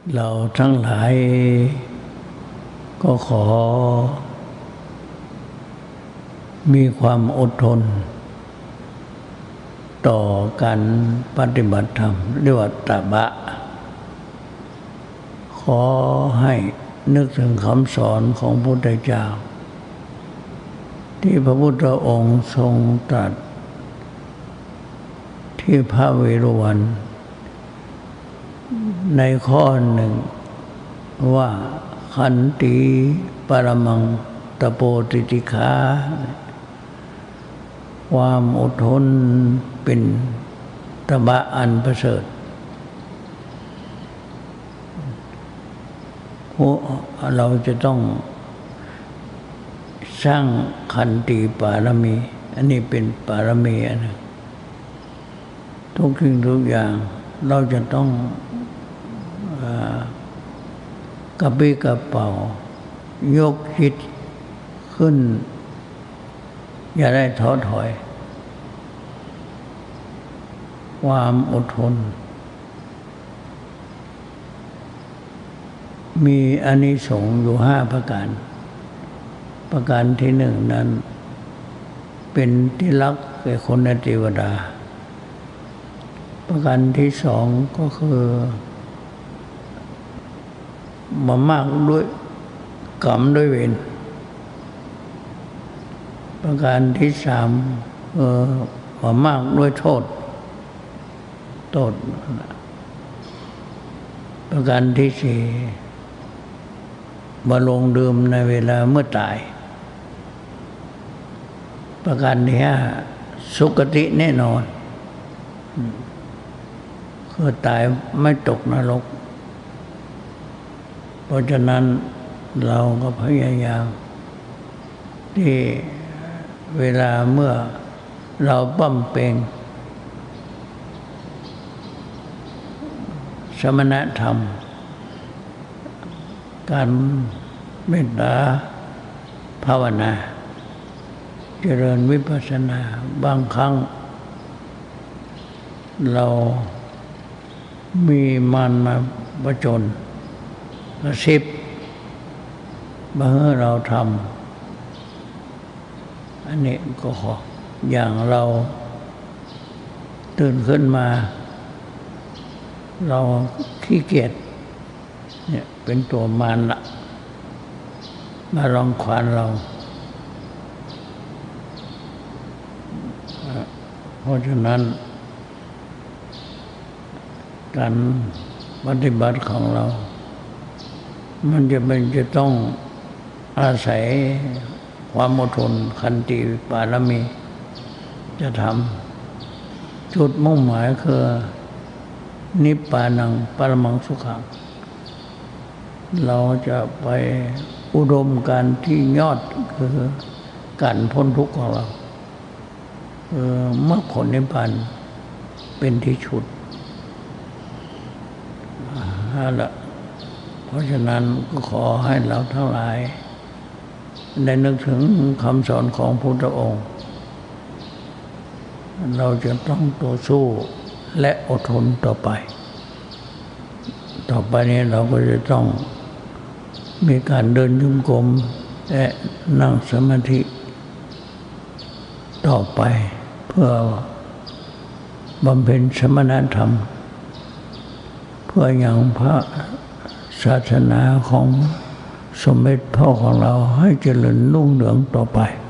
เราทั้งหลายก็ขอมีความอดทนต่อการปฏิบัติธรรมเรียกว่าตบะขอให้นึกถึงคำสอนของพระพุทธเจ้าที่พระพุทธองค์ทรงตรัสที่พระเวฬุวันในข้อหนึ่งว่าขันติปรมังตโปติติขาความอดทนเป็นตบะอันประเสริฐเราจะต้องสร้างขันติปารมีอันนี้เป็นปารมีอันหนึ่งทุกสิ่งทุกอย่างเราจะต้องกระปี้กระเป๋ายกจิตขึ้นอย่าได้ท้อถอยความอดทนมีอานิสงส์อยู่5ประการประการที่1นั้นเป็นที่รักแก่คนและเทวดาประการที่2ก็คือมามากด้วยกรรมด้วยเวรประการที่3มามากด้วยโทษประการที่4มาลงดื่มในเวลาเมื่อตายประการที่5สุคติแน่นอนคือตายไม่ตกนรกเพราะฉะนั้นเราก็พยายามที่เวลาเมื่อเราบำเพ็ญสมณธรรมการเมตตาภาวนาเจริญวิปัสสนาบางครั้งเรามีมันมาประจนกระซิบมาให้เราทำอันนี้ก็ขออย่างเราตื่นขึ้นมาเราขี้เกียจเนี่ยเป็นตัวมารละมารังควานเราเพราะฉะนั้นการปฏิบัติของเรามันจะต้องอาศัยความอดทนขันติปารมีจะทำจุดมุ่งหมายคือนิพพานังปรมังสุขังเราจะไปอุดมการณ์ที่ยอดคือการพ้นทุกข์ของเรามรรคผลนิพพานเป็นที่สุดละเพราะฉะนั้นก็ขอให้เราทั้งหลายได้นึกถึงคำสอนของพุทธองค์เราจะต้องต่อสู้และอดทนต่อไปนี้เราก็จะต้องมีการเดินจงกรมและนั่งสมาธิต่อไปเพื่อบำเพ็ญสมณธรรมเพื่อยังพระศาสนาของสมเด็จพ่อของเราให้เจริญรุ่งเรืองต่อไป